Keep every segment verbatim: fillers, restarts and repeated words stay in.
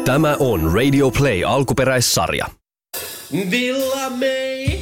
Tämä on Radio Play alkuperäissarja. Villa May.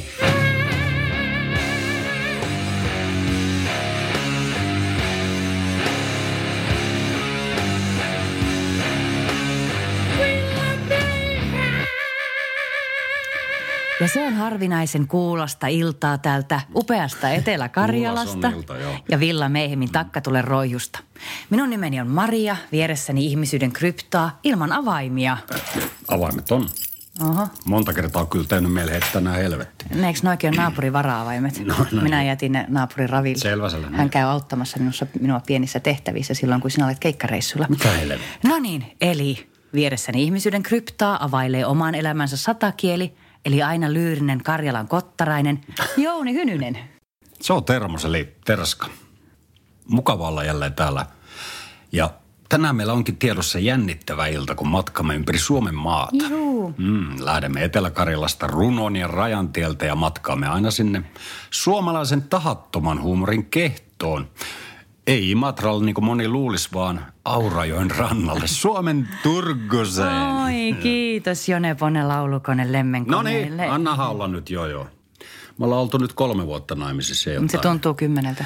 Ja se on harvinaisen kuulosta iltaa täältä upeasta Etelä-Karjalasta ilta, ja Villa Mayhemin Takkatulen roijusta. Minun nimeni on Maria, vieressäni ihmisyyden kryptaa ilman avaimia. Avaimet on. Oho. Monta kertaa on kyllä täynyt meille heittää nää helvettiin. Eikö noikin ole naapurin vara-avaimet? No, no, Minä jätin ne naapurin raville. Selvä sellainen. Hän käy auttamassa minussa, minua pienissä tehtävissä silloin, kun sinä olet keikkareissulla. Mitä helvettiä? No niin, eli vieressäni ihmisyyden kryptaa availee oman elämänsä satakieli, eli aina lyyrinen Karjalan kottarainen Jouni Hynynen. Se on Termos eli Terska. Mukava olla jälleen täällä. Ja tänään meillä onkin tiedossa jännittävä ilta, kun matkamme ympäri Suomen maata. Juu. Mm, lähdemme Etelä-Karjalasta Runon ja Rajantieltä ja matkaamme aina sinne suomalaisen tahattoman huumorin kehtoon. Ei Imatralla niin kuin moni luulisi, vaan Aurajoen rannalle, Suomen Turgoseen. Oi, kiitos Jonepone laulukone No lemmenkoneelle. niin, anna olla nyt, joo joo. Me ollaan oltu nyt kolme vuotta naimisissa. Se tuntuu kymmeneltä.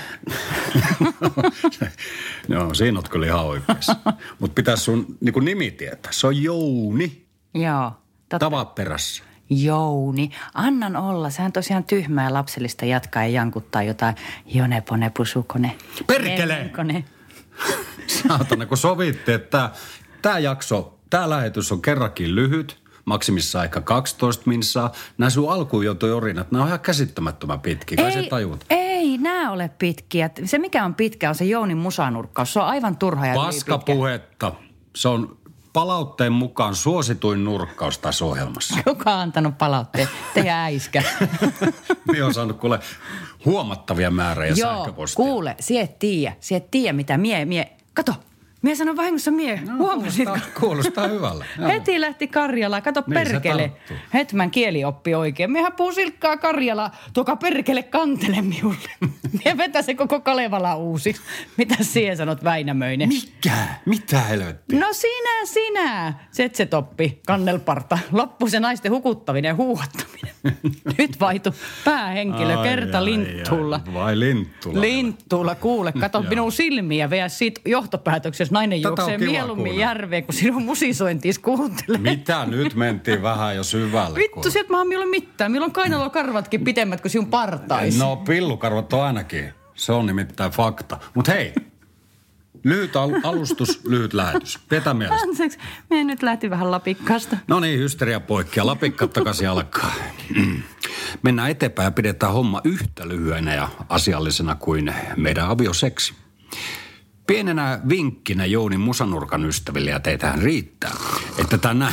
Joo, siinä oot kyllä ihan oikeassa. Mutta pitäisi sun niin kuin nimi tietää. Se on Jouni. Joo. Totta. Tavaperässä. Jouni. Annan olla. Sehän tosiaan tyhmää lapsellista jatkaa ja jankuttaa jotain Jonepone pusukone. Perkele! Lemmenkone. Saatana, kun sovittiin, että tämä jakso, tämä lähetys on kerrankin lyhyt. Maksimissaan ehkä kaksitoista minsaa. Nämä sun alkuun joutui orinat, nämä on ihan käsittämättömän pitkiä. Kai se tajuut? Ei, nämä ole pitkiä. Se mikä on pitkä on se Jounin musanurkkaus. Se on aivan turha ja Paskapuhetta. Se on palautteen mukaan suosituin nurkkaus tässä ohjelmassa. Kuka on antanut palautteen? Teidän äiskä. Minä on saanut kuule huomattavia määriä Joo, sähköpostia. kuule, sie et tiedä. Sie et tiedä mitä mie, mie. Kato, mie sanon vahingossa mie. No, Huomasitko? kuulostaa, kuulostaa hyvälle. Joo. Heti lähti Karjala. Kato Niin se perkele. tarttuu. Hetmän kieli oppi oikein. Miehän puhuu silkkaa Karjala. Tuoka perkele kantele minulle. Mie vetä se koko Kalevala uusiksi. Mitä siihen sanot Väinämöinen? Mikä? Mitä helvettiä? No sinä, sinä. Setsetoppi, kannelparta. Loppu se naisten hukuttaminen ja huuhattaminen. Nyt vaitu päähenkilö Ai, kerta ai, Linttuulla. ai. Vai Linttulla? Linttuulla, kuule. Kato minun silmiä veä siitä johtopäätöksessä. Nainen Tätä on juoksee kiva mieluummin kuunnella. järveen, kun sinun musisointiis kuuntelee. Mitä nyt mentiin vähän jo syvälle? Vittu, sieltä mä oon milloin mitään. Milloin kainalokarvatkin pitemmät kuin sinun partais. No pillukarvat on ainakin. Se on nimittäin fakta. Mut hei, lyhyt al- alustus, lyhyt lähetys. Petä mielestä. Anteeksi, me nyt lähti vähän lapikkaasta. No niin, hysteria poikki ja lapikka takaisin alkaa. Mennään eteenpäin ja pidetään homma yhtä lyhyenä ja asiallisena kuin meidän avioseksi. Pienenä vinkkinä Jounin musanurkan ystäville, ja teitähän riittää, että tänään,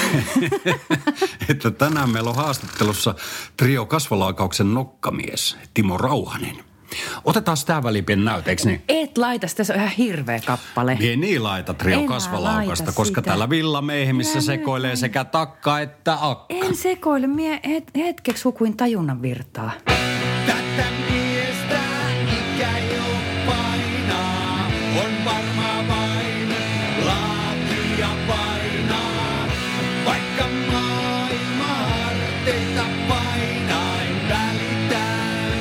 että tänään meillä on haastattelussa trio kasvolaukauksen nokkamies Timo Rauhanen. Otetaan tähän väliin pieni näyte, eikö niin? Et laita sitä, se on ihan hirveä kappale. Mie niin laita trio Enää kasvolaukasta, laita koska sitä. täällä Villa Mayhemissä Älä sekoilee nyt. sekä takka että akka. En sekoile, mie het, hetkeksi hukuin tajunnan virtaa. Tätä miestä ikä jo painaa, on varma vain laatia painaa. Vaikka maailma harteita painain välitän.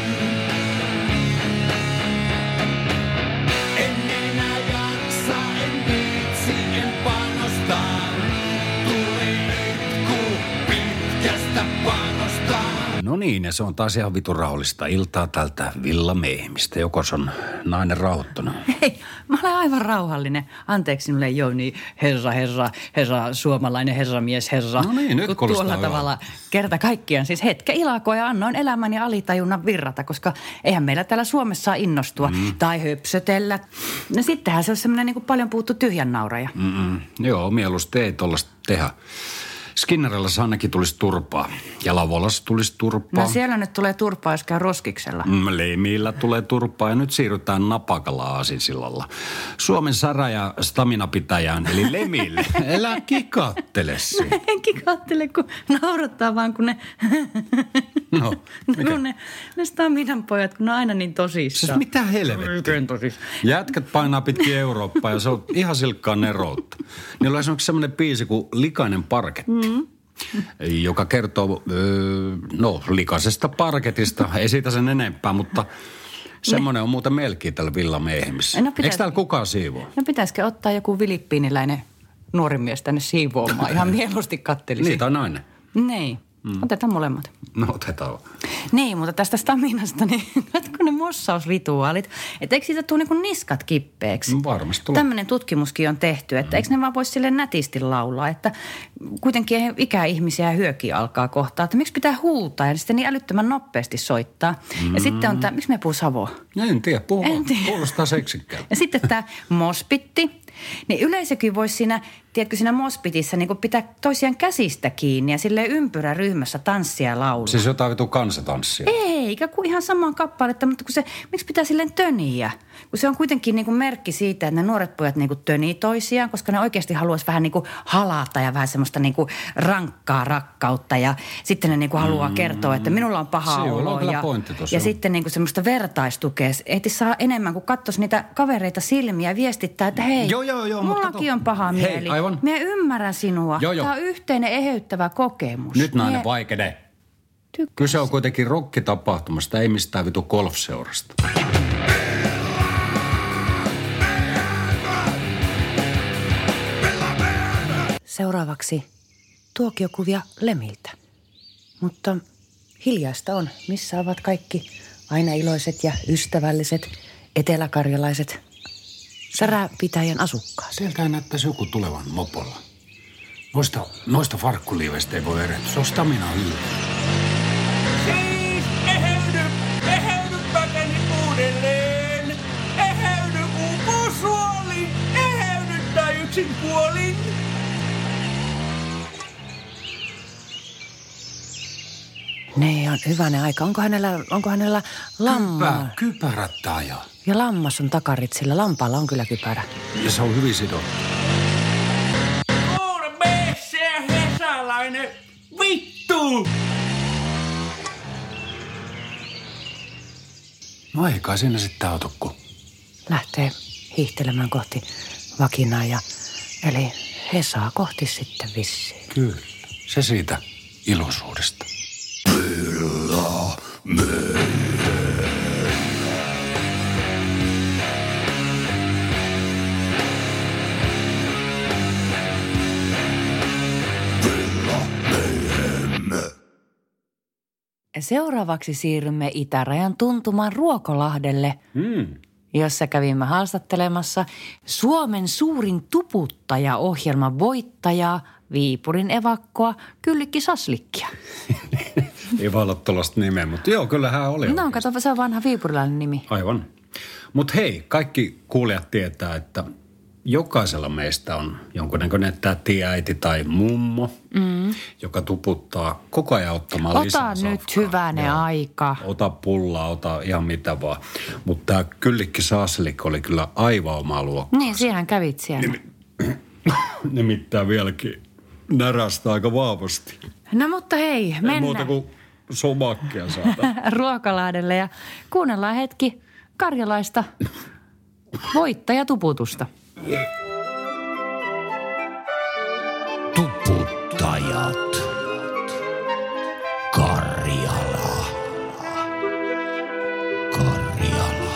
En enää jaksa, en viitsi, en panosta. Tuli nyt ku pitkästä panosta. No niin, ja se on taas ihan vitun rauhallista iltaa tältä Villa Mayhemistä. Jokos on nainen rauhoittunut? Hei, mä olen aivan rauhallinen. Anteeksi sinulle Jouni, herra, herra, herra, suomalainen herramies, herra. No niin, nyt Kun kuulostaa tuolla hyvältä. tavalla kerta kaikkiaan siis hetken ilakoa ja annoin elämäni alitajunnan virrata, koska eihän meillä täällä Suomessa saa innostua mm. tai höpsötellä. No sittenhän se on semmoinen niin kuin paljon puhuttu tyhjän nauraja. Mm-mm. Joo, mieluusti ei tollaista tehdä. Skinnerilla ainakin tulisi turpaa. Ja Lavolassa tulisi turpaa. No siellä nyt tulee turpaa, jos käy roskiksella. Mm, Lemillä tulee turpaa ja nyt siirrytään Napakalla aasinsillalla. Suomen särä- ja staminapitäjään, eli Lemille. Elä kikattele siinä. Enkin kattele, kun naurattaa vaan, kun ne No, mikä? No ne, ne Staminan pojat, kun ne on aina niin tosissaan. Siis mitä helvettiä? Oikein tosissaan. Jätkät painaa pitkin Eurooppaa ja se on ihan silkkaa neroutta. Niillä on esimerkiksi semmoinen biisi kuin Likainen parketti. Mm. Joka kertoo, öö, no, likaisesta parketista. Ei siitä sen enempää, mutta semmoinen on muuten melkein tällä villamiehimissä. No, eikö täällä kukaan siivoa? No pitäisikö ottaa joku filippiiniläinen nuori mies tänne siivoamaan? Ihan mieluusti kattelisi. Niin, tai nainen. Niin. Mm. Otetaan molemmat. No otetaan. Niin, mutta tästä Staminasta, niin kun ne mossausrituaalit, että eikö siitä tule niin niskat kippeeksi? No varmasti tulee. Tämmöinen tutkimuskin on tehty, että mm. eikö ne vaan voisi sille nätisti laulaa, että kuitenkin ikäihmisiä hyöki alkaa kohtaa, että miksi pitää huutaa ja sitten niin älyttömän nopeasti soittaa. Mm. Ja sitten on tämä, miksi me puhuu savoa? En tiedä, puhuu. En tiedä. Kuulostaa seksikkäältä. Ja sitten tämä mospitti. Niin yleisökin voisi siinä, tiedätkö, siinä mospitissä niin pitää toisiaan käsistä kiinni ja silleen ympyräryhmässä tanssia ja laulaa. Siis jotain vitu kansatanssia. Eikä kuin ihan samaa kappaletta, mutta kun se, miksi pitää silleen töniä? Kun se on kuitenkin niin kuin merkki siitä, että ne nuoret pojat niin kuin tönii toisiaan, koska ne oikeasti haluaisi vähän niin kuin halata ja vähän semmoista niin kuin rankkaa rakkautta. Ja sitten ne niin kuin haluaa kertoa, että minulla on paha olo. On ja, tossa, ja sitten niin kuin semmoista vertaistukea. Ehti saa enemmän, kun katsoisi niitä kavereita silmiä ja viestittää, että hei, joo, joo, joo, mullakin on paha hei, mieli. Aivan. Minä ymmärrän sinua. Joo, joo. Tämä on yhteinen eheyttävä kokemus. Nyt nainen Mie... vaikenee. Tykkäs. Kyse on kuitenkin rokkitapahtumasta, ei mistään vitu golfseurasta. Seuraavaksi tuokiokuvia Lemiltä. Mutta hiljaista on, missä ovat kaikki aina iloiset ja ystävälliset eteläkarjalaiset säräpitäjän asukkaat. Sieltä näyttäisi joku tulevan mopolla. Noista, noista farkkuliiveistä ei voi edetä. Se on Stamina hyvä. Siis eheydy, eheydy päkäni uudelleen. Eheydy uupusuolin, eheydyttää yksin puolin. Ne on hyvänen aika. Onko hänellä, onko hänellä lammaa? Kypä, kypärät tajaa. Ja lammas on takaritsillä. Lampaalla on kyllä kypärä. Ja se on hyvin sidottu. Kuule, se hesalainen vittu! No ei kai sinne sitten auto, kun lähtee hiihtelemään kohti vakinaa ja eli Hesaa kohti sitten vissiin. Kyllä, se siitä iloisuudesta. Kyllä, me. Seuraavaksi siirrymme itärajan tuntumaan Ruokolahdelle, mm. jossa kävimme haastattelemassa Suomen suurin tuputtaja-ohjelman voittajaa, Viipurin evakkoa, Kyllikki Saslikkia. Ei vaan olla tuollaista nimeä, mutta joo, kyllä hän oli. No, kato, se on vanha viipurilainen nimi. Aivan. Mutta hei, kaikki kuulijat tietää, että jokaisella meistä on jonkunnäköinen täti, äiti tai mummo, mm. joka tuputtaa koko ajan ottamaan ota lisää nyt safkaa. hyvänen Joo. aika. Ota pullaa, ota ihan mitä vaan. Mutta tämä Kyllikki Saslik oli kyllä aivan omaa luokkaa. Niin, siihen kävit siellä. Nim- Nimittäin vieläkin närästä aika vahvasti. No mutta hei, mennään. Ei muuta kuin somakkia saada. Ruokolahdelle ja kuunnellaan hetki karjalaista voittajatuputusta. Tuputtajat. Karjala. Karjala.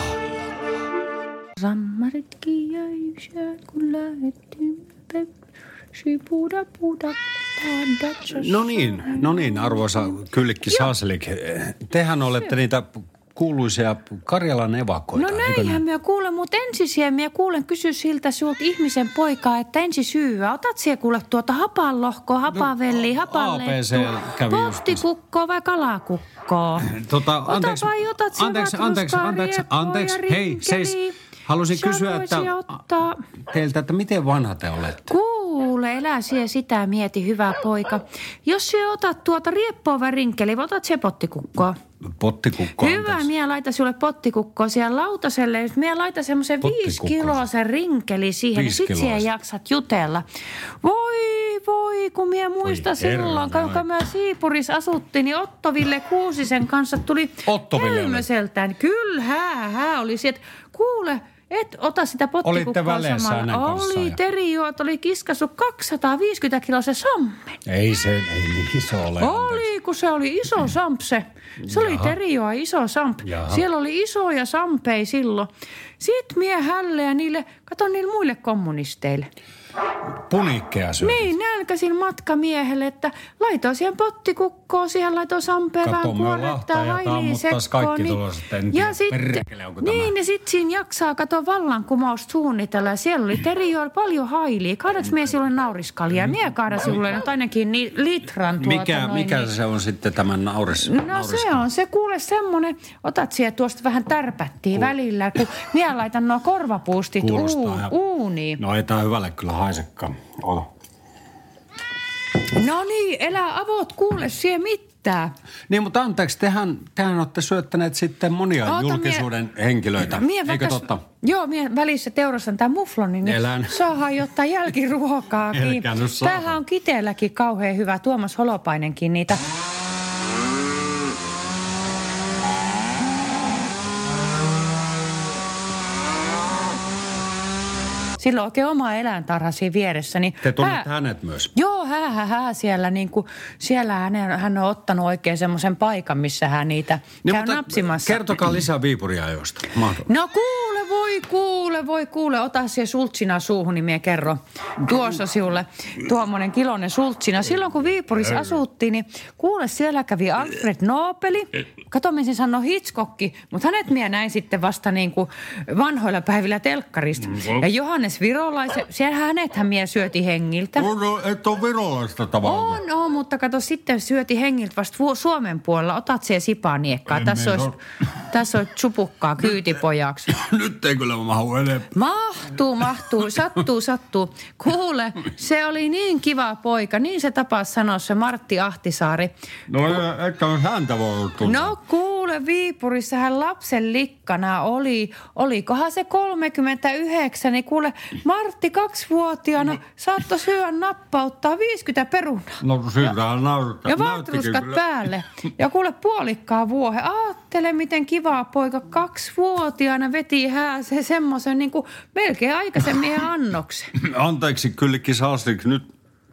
Sammaritkin jäisivät, kun lähettiin pepsi puda puda. No niin, no niin, arvoisa Kyllikki Saslik. Tehän olette niitä kuuluisia Karjalan evakoita. No näinhän minä kuulen, mutta ensisijaisesti minä kuulen kysy siltä sinulta ihmisen poikaa, että ensi syyä. Otat siellä kuule tuota hapanlohkoa, hapavellia, no, hapanlettua, pottikukkoa vai kalakukkoa? Tota, anteeksi, Ota vai otat siellä anteeksi, anteeksi, anteeksi, anteeksi, hei, seis. Halusin kysyä, että ottaa. teiltä, että miten vanha te olette? Kuule, elä siellä sitä mieti, hyvä poika. Jos sinä otat tuota rieppoa vai rinkeliä, otat se pottikukkoa. Pottikukkoa. Hyvä, minä laitan sinulle pottikukkoa siellä lautaselle. Jos minä laitan semmoisen viisi kiloa sen rinkeli siihen, niin sitten siellä jaksat jutella. Voi, voi, kun minä muista Voi silloin, herranen kun mä Siipurissa asuttiin, niin Otto-Ville Kuusisen kanssa tuli Otto-Ville oli. Helmöseltään. Kyllä, hää, hää oli sieltä. Kuule, et ota sitä Olitte pottikukkoa väleissä hänen samalla. kanssaan Oli, ja- Terijoot oli kiskassu kaksisataaviisikymmentä kiloa se sammen. Ei se, ei niin iso ole. Oli, kun se oli iso sampse. Se oli Terijoa iso samp. Jaha. Siellä oli isoja sampeja silloin. Sitten mie hälleä niille, kato niille muille kommunisteille. Punikkeja syötit. Niin, nälkäsin matkamiehelle, että laitoin siihen pottikukkoon, siihen laitoin sampeen Kato, vähän me kuorettaa lahtajat hailiin ammuttais sekkoon. kaikki Niin, tulossa, en tiedä, perkele, onko tämä. niin, ja sitten siinä jaksaa kato vallankumousta suunnitella. Ja siellä oli Terijoilla paljon hailia. Kaadaks mie sinulle nauriskalia? Mie kaada sinulle nyt ainakin ni, litran tuota. Mikä, noin, mikä niin. se on sitten tämän nauris? No nauriska? se on se kuule semmonen, otat siellä tuosta vähän tärpättiin välillä, kun minä laitan nuo korvapuustit Kuulostaa uu, ihan- uuniin. No ei tää hyvälle kyllä haisekaan. Ota. No niin, elä avot kuule siihen mitään. Niin, mutta anteeksi, tehän, tehän olette syöttäneet sitten monia Oota, julkisuuden henkilöitä. Mie Eikö väkäs- totta? Joo, mie välissä teurastan tämän muflonin, niin Elän. saadaan jotain jälkiruokaakin. Elkää nyt saada. Tämähän on Kiteelläkin kauhean hyvä. Tuomas Holopainenkin niitä. Sillä on oikein oma eläintarha siinä vieressä. Niin Te tunnette hää- hänet myös. Joo, hää, hää, hää siellä. Niin kuin, siellä hän, hän on ottanut oikein semmoisen paikan, missä hän niitä Niin, käy mutta napsimassa. kertokaa lisää Viipuriajoista. Mahdollista. No kuule, voi kuule, voi kuule. Ota siihen sultsina suuhun, niin mie kerro. Tuossa sinulle tuommoinen kilonen sultsina. Silloin kun Viipurissa asuttiin, niin kuule siellä kävi Alfred Nobeli. Kato, mä sen sanoi Hitchcockki, mutta hänet mie näin sitten vasta niin kuin vanhoilla päivillä telkkarista. Ja Johannes Virolaisen, siellä hänethän mie syöti hengiltä. No, et ole virolaista tavallaan. On, on, mutta kato sitten syöti hengiltä vasta vu- Suomen puolella. Otat siihen sipaniekkaa. Tässä olisi, tässä olisi chupukkaa kyytipojaksi. Nyt ei kyllä mahu enempää. Mahtuu, mahtuu, sattuu, sattuu. Kuule, se oli niin kiva poika. Niin se tapasi sanoa se Martti Ahtisaari. No ehkä on häntä voi tuntea. No kuule, Viipurissa hän lapsen likkana oli, olikohan se kolmekymmentäyhdeksän, niin kuule, Martti kaksivuotiaana saattoi syödä nappauttaa viisikymmentä perunaa. No siltähän nauruttaa. Ja vaatteruskat päälle. Ja kuule puolikkaa vuohe. Aattele, miten kiva poika kaksivuotiaana veti hääseen semmoisen niin kuin melkein aikaisemmin annoksen. Anteeksi kyllikki saastiksi nyt.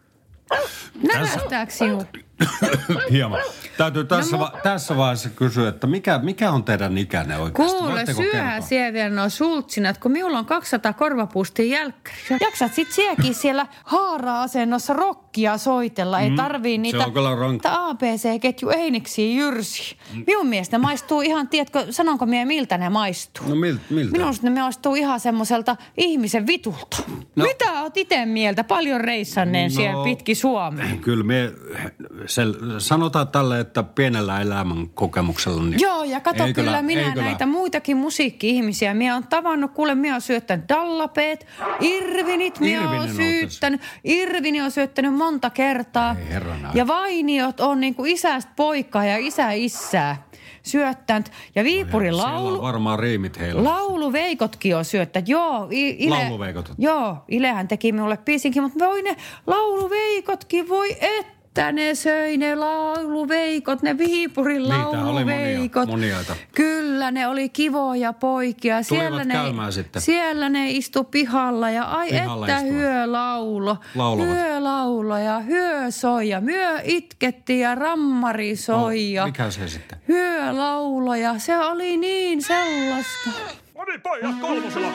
Närästääkö sinut? Hieman. Täytyy tässä, No, va- tässä vaiheessa kysyä, että mikä, mikä on teidän ikäinen oikeasti? Kuule, Voitteko syöhän kertoa? siellä vielä nuo sultsinat, kun minulla on kaksisataa korvapuustia jälkkäri. Jaksat sit sielläkin siellä haara-asennossa rokkia soitella. Ei tarvii niitä on kyllä rankka. A B C-ketju einiksiä jyrsi. Minun mielestä maistuu ihan, tiedätkö, sanonko minä miltä ne maistuu? No mil, miltä? Minusta ne maistuu ihan semmoiselta ihmisen vitulta. No. Mitä oot ite mieltä? Paljon reissanneen No. siellä pitki Suomea. Kyllä me, sel, sanotaan tälle, että pienellä elämän kokemuksella. Niin Joo, ja kato ei kyllä, minä ei kyllä. näitä muitakin musiikki-ihmisiä. Minä olen tavannut, kuule, minä olen syöttänyt Dallapeet, Irvinit, minä Irvinen olen on syöttänyt. Irvini on syöttänyt monta kertaa. Ei herranen aika. Ja Vainiot on niin kuin isästä poikaa ja isä isää syöttänyt. Ja Viipurin Siellä on laulu... varmaan riimit heillä. Lauluveikotkin on syöttänyt. Joo, I- Ile, Lauluveikot. Joo, Ilehän teki minulle biisinkin, mutta voi ne lauluveikotkin, voi että ne söi ne lauluveikot, ne Viipurin Niitä oli monia, lauluveikot. monioita. Kyllä, ne oli kivoja poikia. Siellä ne, käymään sitten. siellä ne istu pihalla ja ai Pihalla että istuvat. hyö laulo. Laulavat. Hyö laulo ja hyö soi ja myö itketti ja rammari soi. ja No, mikä se sitten? Hyö laulo ja se oli niin sellaista. Moni pojat kolmosella.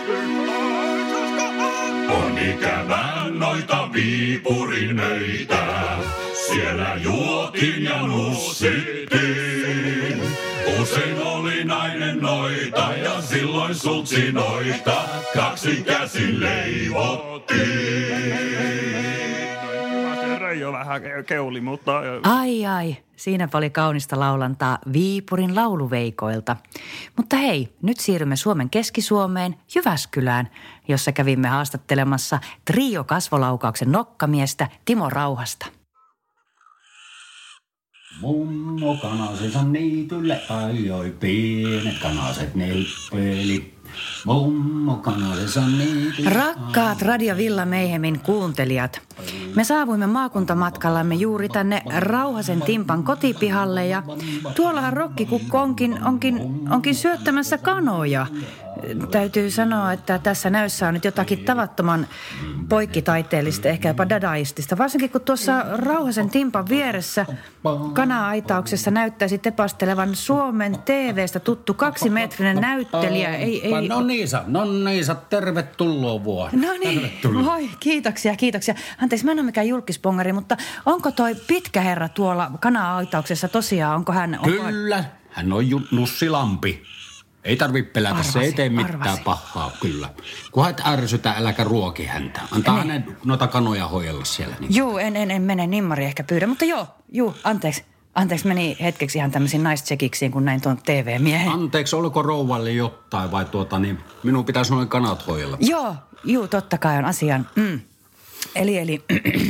On ikävää noita Viipurin öitä. Siellä juotiin ja nussittiin. Usein oli nainen noita ja silloin sultsinoita. Kaksi käsin leivottiin. Reijo vähän keuli, mutta... Ai ai, siinäpä oli kaunista laulantaa Viipurin lauluveikoilta. Mutta hei, nyt siirrymme Suomen Keski-Suomeen, Jyväskylään, jossa kävimme haastattelemassa Trio kasvolaukauksen nokkamiestä Timo Rauhasta. Mummo kanasensa niitylle ajoi, pienet kanaset nelppeli. Mummo kanasensa niitylle. Rakkaat Radio Villa Meihemin kuuntelijat, Me saavuimme maakuntamatkallamme juuri tänne Rauhasen Timpan kotipihalle ja tuollahan rokkikukko onkin, onkin, onkin syöttämässä kanoja. Täytyy sanoa, että tässä näyssä on nyt jotakin tavattoman poikkitaiteellista, ehkä jopa dadaistista. Varsinkin kun tuossa Rauhasen Timpan vieressä kana-aitauksessa näyttäisi tepastelevan Suomen T V:stä tuttu kaksimetrinen näyttelijä. Ei, ei... No Niisa, no Niisa, tervetuloa vuoro. No niin, voi, kiitoksia, kiitoksia. Anteeksi, mä en ole mikään julkispongari, mutta onko toi pitkä herra tuolla kana-aitauksessa tosiaan, onko hän... Onko... Kyllä, hän on ju- Nussilampi. Ei tarvitse pelätä, arvasin, se ei tee mitään arvasin. pahaa, kyllä. Kunhan et ärsytä, äläkä ruoki häntä. Antaa ne. hänen noita kanoja hoidella siellä. Niin. Juu, en, en, en mene nimmari ehkä pyydä, mutta joo, juu, anteeksi. Anteeksi, meni hetkeksi ihan tämmöisiin naischekiksiin, kun näin tuon T V-miehen. Anteeksi, oliko rouvalle jotain vai tuota niin, minun pitäisi noin kanat hoidella. Joo, juu, totta kai on asian. Mm. Eli, eli...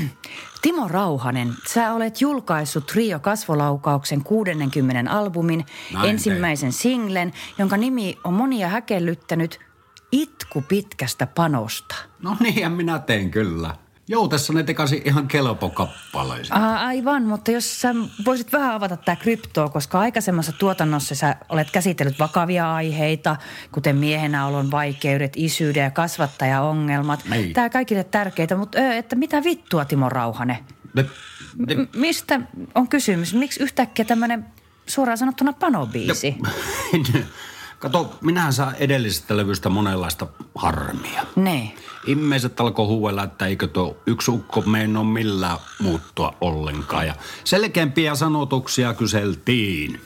Timo Rauhanen, sä olet julkaissut Trio Kasvolaukauksen kuudenkymmenen albumin, Näin ensimmäisen tein. singlen, jonka nimi on monia häkellyttänyt Itku pitkästä panosta. No niin, minä tein kyllä. Joutessa ne tekasi ihan kelpo kappaleisiin. Aivan, mutta jos sä voisit vähän avata tää kryptoa, koska aikaisemmassa tuotannossa sä olet käsitellyt vakavia aiheita, kuten miehenäolon vaikeudet, isyyden ja kasvattajaongelmat. Niin. Tää kaikille tärkeitä, mutta ö, että mitä vittua, Timo Rauhanen? Ne, ne... M- mistä on kysymys? Miksi yhtäkkiä tämmönen suoraan sanottuna panobiisi? Ne, kato, minähän saan edellisestä levystä monenlaista harmia. Ne. Ihmiset alkoi huuella, että eikö tuo yksi ukko meinaa millään muuttua ollenkaan. Ja selkeämpiä sanotuksia kyseltiin.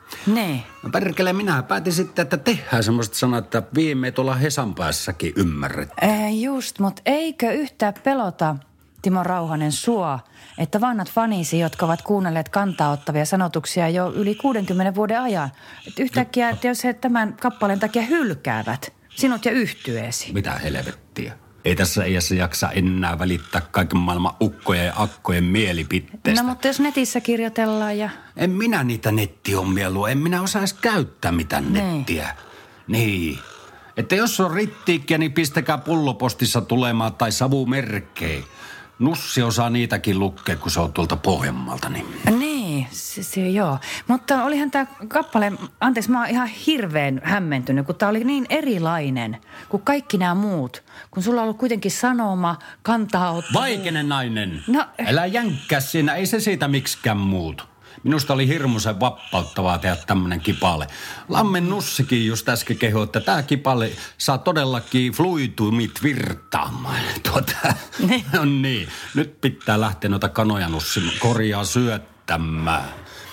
Ne. No perkele, minä päätin sitten, että tehdään semmoista sanaa, että viimein tuolla Hesan päässäkin ymmärretään. Äh, just, mutta eikö yhtään pelota, Timo Rauhanen, sua, että vanhat fanisi, jotka ovat kuunnelleet kantaa ottavia sanotuksia jo yli kuudenkymmenen vuoden ajan. Että yhtäkkiä, että jos he tämän kappaleen takia hylkäävät sinut ja yhtyeesi. Mitä helvettiä? Ei tässä iässä jaksa enää välittää kaiken maailman ukkojen ja akkojen mielipiteistä. No mutta jos netissä kirjoitellaan ja... En minä niitä nettiomielua, en minä osaa edes käyttää mitään Niin. nettiä. Niin. Että jos on rittiikkiä, niin pistäkää pullopostissa tulemaan tai savumerkkejä. Nussi osaa niitäkin lukea, kun se on tuolta Pohjanmaalta. Niin, niin se, se, joo. Mutta olihan tämä kappale, anteeksi, mä oon ihan hirveän hämmentynyt, kun tämä oli niin erilainen kuin kaikki nämä muut. Kun sulla on ollut kuitenkin sanoma, kantaa ottaa... Vaikeinen nainen. No. Älä jänkkää siinä, ei se siitä miksikään muutu. Minusta oli hirmuisen vapauttavaa tehdä tämmönen kipale. Lammen Nussikin just äsken kehui, että tämä kipale saa todellakin fluitumit virtaamaan. Tuota, no niin, nyt pitää lähteä noita kanoja Nussi korjaa syöttämään.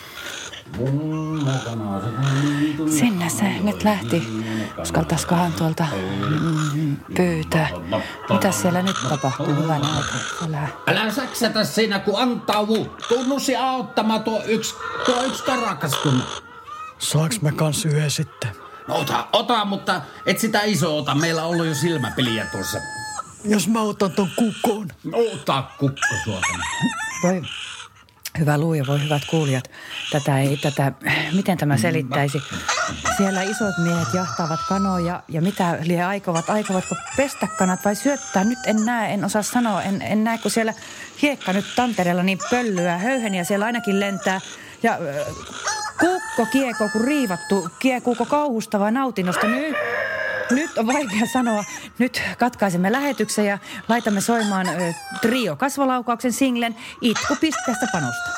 Sinne se nyt lähti. Uskaltaiskohan tuolta mm, pyytää. Mitäs siellä nyt tapahtuu? Hyvän aikaa. Älä säksätä siinä, kun antaudu. Tuu Nussi auttamaan tuo yksi, tuo yksi karakas, kun... Saaks me kans yhden sitten? No ota, ota, mutta et sitä iso ota. Meillä on ollut jo silmäpeliä tuossa. Jos mä otan ton kukon. Ota kukko suotana. Voi... Hyvä luuja, voi hyvät kuulijat. Tätä ei, tätä, miten tämä selittäisi? Siellä isot miehet jahtaavat kanoja ja mitä lie aikovat? Aikovatko pestä kanat vai syöttää? Nyt en näe, en osaa sanoa. En, en näe, kun siellä hiekka nyt tantereella niin pöllyä, höyheniä siellä ainakin lentää. Ja äh, kukko kiekoo, kun riivattu. Kiekuuko kauhusta vai nautinnosta? Nyt, nyt on vaikea sanoa. Nyt katkaisemme lähetyksen ja laitamme soimaan äh, Trio Kasvolaukauksen singlen Itku pitkästä panosta.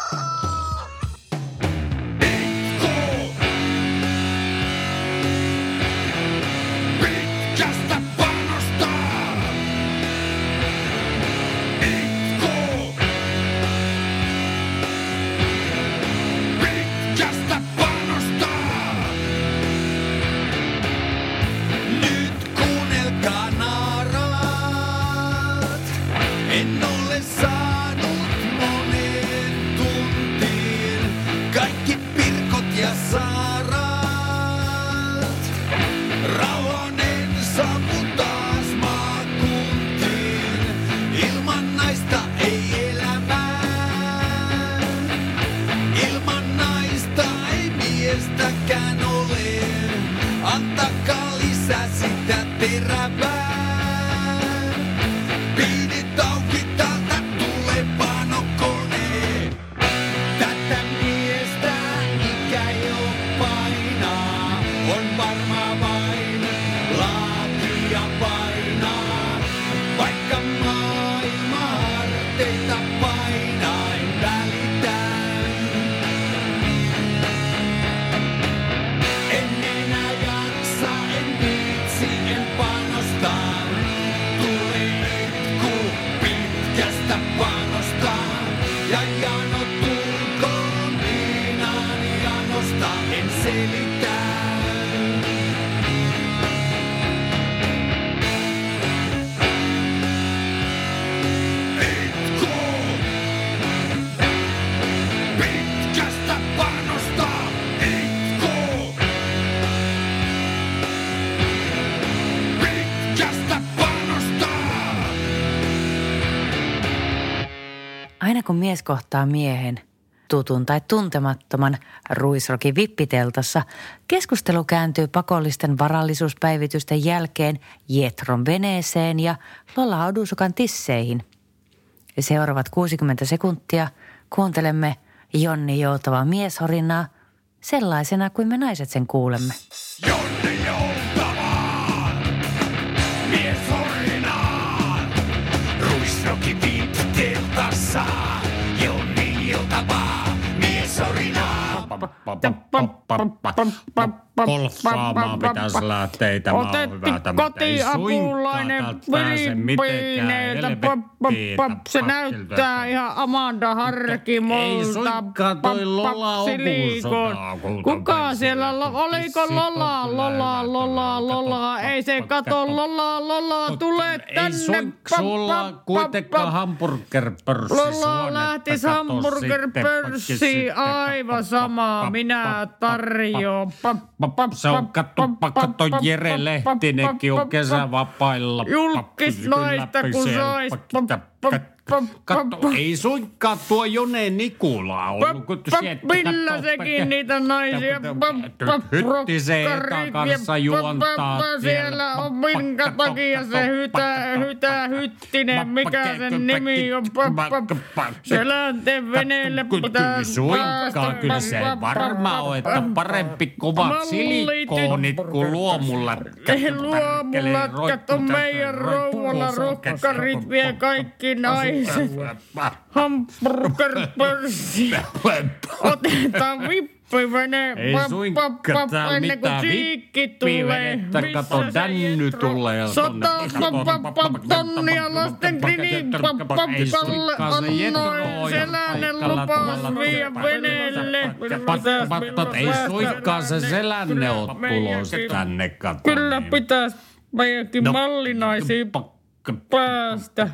Pitkästä panosta. Itku. Pitkästä panosta. Nyt kuunnelkaa naaraat. En ole saanut moneen tuntiin kaikki pirkot ja saaraat. Rauhanen saapuu taas maakuntiin. Ilman naista ei elämää. Ilman naista ei miestäkään ole. Antakaa lisää sitä terävää. Piinit auki täältä tulee. että painain välitän. En enää jaksa, en viitsi, en panosta. Tuli itku pitkästä panosta. Ja jano tulkoon viinaan janosta, en selitä. Pitkästä panosta, itku. Pitkästä panosta. Aina kun mies kohtaa miehen, tutun tai tuntemattoman ruisrokin vippiteltassa, keskustelu kääntyy pakollisten varallisuuspäivitysten jälkeen Jetron veneeseen ja Lola Odusukan tisseihin. Ja seuraavat kuusikymmentä sekuntia kuuntelemme Jonni joutavaa mieshorinaa sellaisena kuin me naiset sen kuulemme. Jonni joutavaan, mies horinaan. Ruisroki vippiteltassa, Jonni joutavaa, mies horinaan. Golfaamaan pitäisi lähteä. Tämä on hyvä. Tämä ei suinkaan täältä pääse mitenkään. Se näyttää ihan Amanda Harkimolta. Ei suinkaan toi Lola Opusotaa. Kuka siellä, oliko Lola, Lola, Lola, Lola? Ei se kato Lola, Lola, tule tänne. Ei sulla kuitenkaan hamburgerpörssi. Lola lähtis hamburgerpörssiin, aivan sama. Minä tarjoan. Se on, katso, katso Jere Lehtinenkin on kesävapailla. Julkis naista, kun sais. Katso, ei suinkaan tuo Jone Nikula ollut. Millä sekin niitä naisia. Hyttiseen kanssa juontaa. Siellä on minkä takia se hytä, hytä hyttinen, mikä sen nimi on. Selänteen veneelle pitää suinkaan, kyllä se varmaan on, että parempi kovat silikkoonit kuin luomulätkät. Luomulätkät on meidän rouvalla rokkarit, vie kaikki naiset. Hamburgerpörssi. Otetaan vippivene. Ei suinkaan täällä mitään vippivenettä. Kato, Dänny tulee. Sata tonnia lasten kliniin. Ei suinkaan se Jetro. Selänne lupaus viiä veneelle. Ei suinkaan se Selänne oo tulos tänne. Kato. Kyllä pitäis meidänkin mallinaisiin päästä.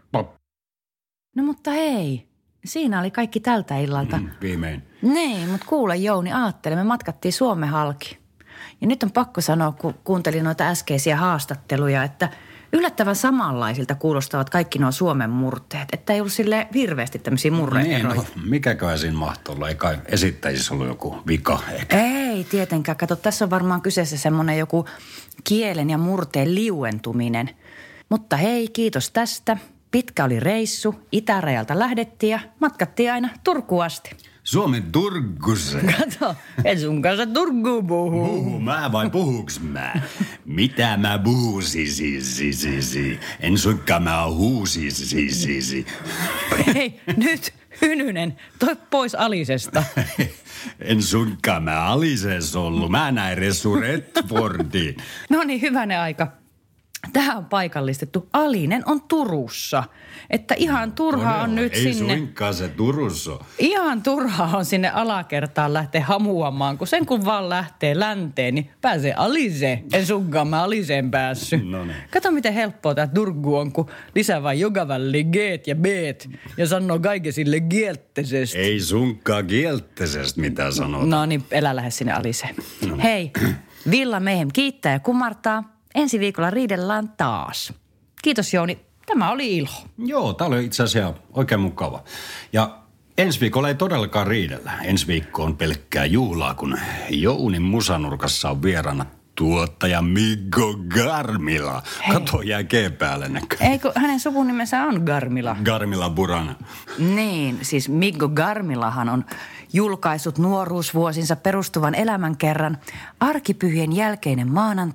No mutta hei, siinä oli kaikki tältä illalta. Mm, viimein. Niin, mutta kuule Jouni, aattele, me matkattiin Suomen halki. Ja nyt on pakko sanoa, kun kuuntelin noita äskeisiä haastatteluja, että yllättävän samanlaisilta kuulostavat kaikki nuo Suomen murteet. Että ei ollut sille hirveästi tämmöisiä murreeroja. Niin, no, mikäköhän siinä mahtoi olla? Ei kai esittäjissä ollut joku vika ehkä? Ei tietenkään. Kato, tässä on varmaan kyseessä semmoinen joku kielen ja murteen liuentuminen. Mutta hei, kiitos tästä. Pitkä oli reissu, itärajalta lähdettiin ja matkattiin aina Turkuun asti. Suomen Turkussa. Kato, en sun kanssa Turkuun puhuu. Puhu mä vai puhuks mä? Mitä mä puhusisi? En suinkaan mä huusisi. Hei, nyt Hynynen, toi pois Alisesta. En suinkaan mä Alises ollut. Mä näin Ressu Redfordiin. No niin, hyvänen aika. Tähän on paikallistettu. Alinen on Turussa. Että ihan turhaa on nyt ei sinne... Ei suinkaan se Turussa. Ihan turhaa on sinne alakertaan lähteä hamuamaan, kun sen kun vaan lähtee länteen, niin pääsee Aliseen. En sunkaan mä Aliseen päässyt. No niin. Kato miten helppoa tää Turku on, kun lisää vaan joka väliin geet ja beet ja sanoo kaiken sille kielteisesti. Ei sunkaan kielteisesti mitä sanot. No niin, elä lähde sinne Aliseen. No. Hei, Villa Mayhem kiittää ja kumartaa. Ensi viikolla riidellään taas. Kiitos Jouni, tämä oli ilo. Joo, tämä oli itse asiassa oikein mukava. Ja ensi viikolla ei todellakaan riidellä. Ensi viikko on pelkkää juhlaa, kun Jounin musanurkassa on vieraana tuottaja Mikko Garmila. Hei. Kato, jää kee päälle näkö. Eikö hänen sukunimensä on Garmila? Garmila Burana. Niin, siis Mikko Garmilahan on julkaissut nuoruusvuosinsa perustuvan elämänkerran Arkipyhien jälkeinen maanantai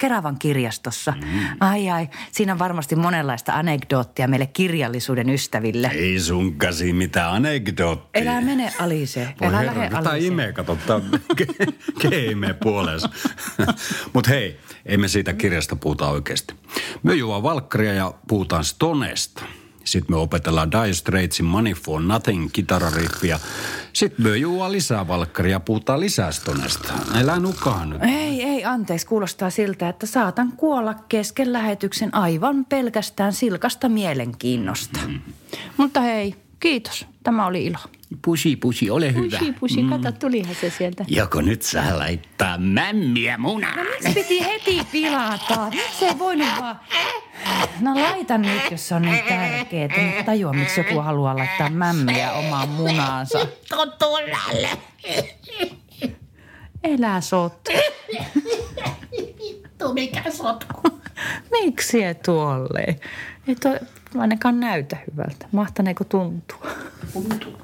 Keravan kirjastossa. Mm. Ai ai, siinä on varmasti monenlaista anekdoottia meille kirjallisuuden ystäville. Ei sun käsi mitään anekdoottia. Elää mene, Alise. Voi Elää herra, lähe, tätä Alise. imee, katsottaa keimeen puoleensa. Mut hei, ei me siitä kirjasta puhuta oikeasti. Me juodaan valkkaria ja puhutaan Stonesta. Sitten me opetellaan Dire Straitsin Money for Nothing -kitarariffiä. Sitten me juodaan lisää valkkaria ja puhutaan lisää Stonesta. Älä nukaa nyt. Ei, ei, anteeksi. Kuulostaa siltä, että saatan kuolla kesken lähetyksen aivan pelkästään silkasta mielenkiinnosta. Mm. Mutta hei, kiitos. Tämä oli ilo. Pusi, pusi, ole hyvä. Pusi, pusi, kato, tulihan se sieltä. Joko nyt saa laittaa mämmiä munaan? No miksi piti heti pilata? Se ei voinut vaan... No laita nyt, jos se on niin tärkeää. Mutta tajua, miksi joku haluaa laittaa mämmiä omaan munaansa. Toturalle. Elä sot. Vittu, mikä sotku. Miksi et tuolleen? Ei toi ainakaan näytä hyvältä. Mahtaneeko tuntua? Tuntuu.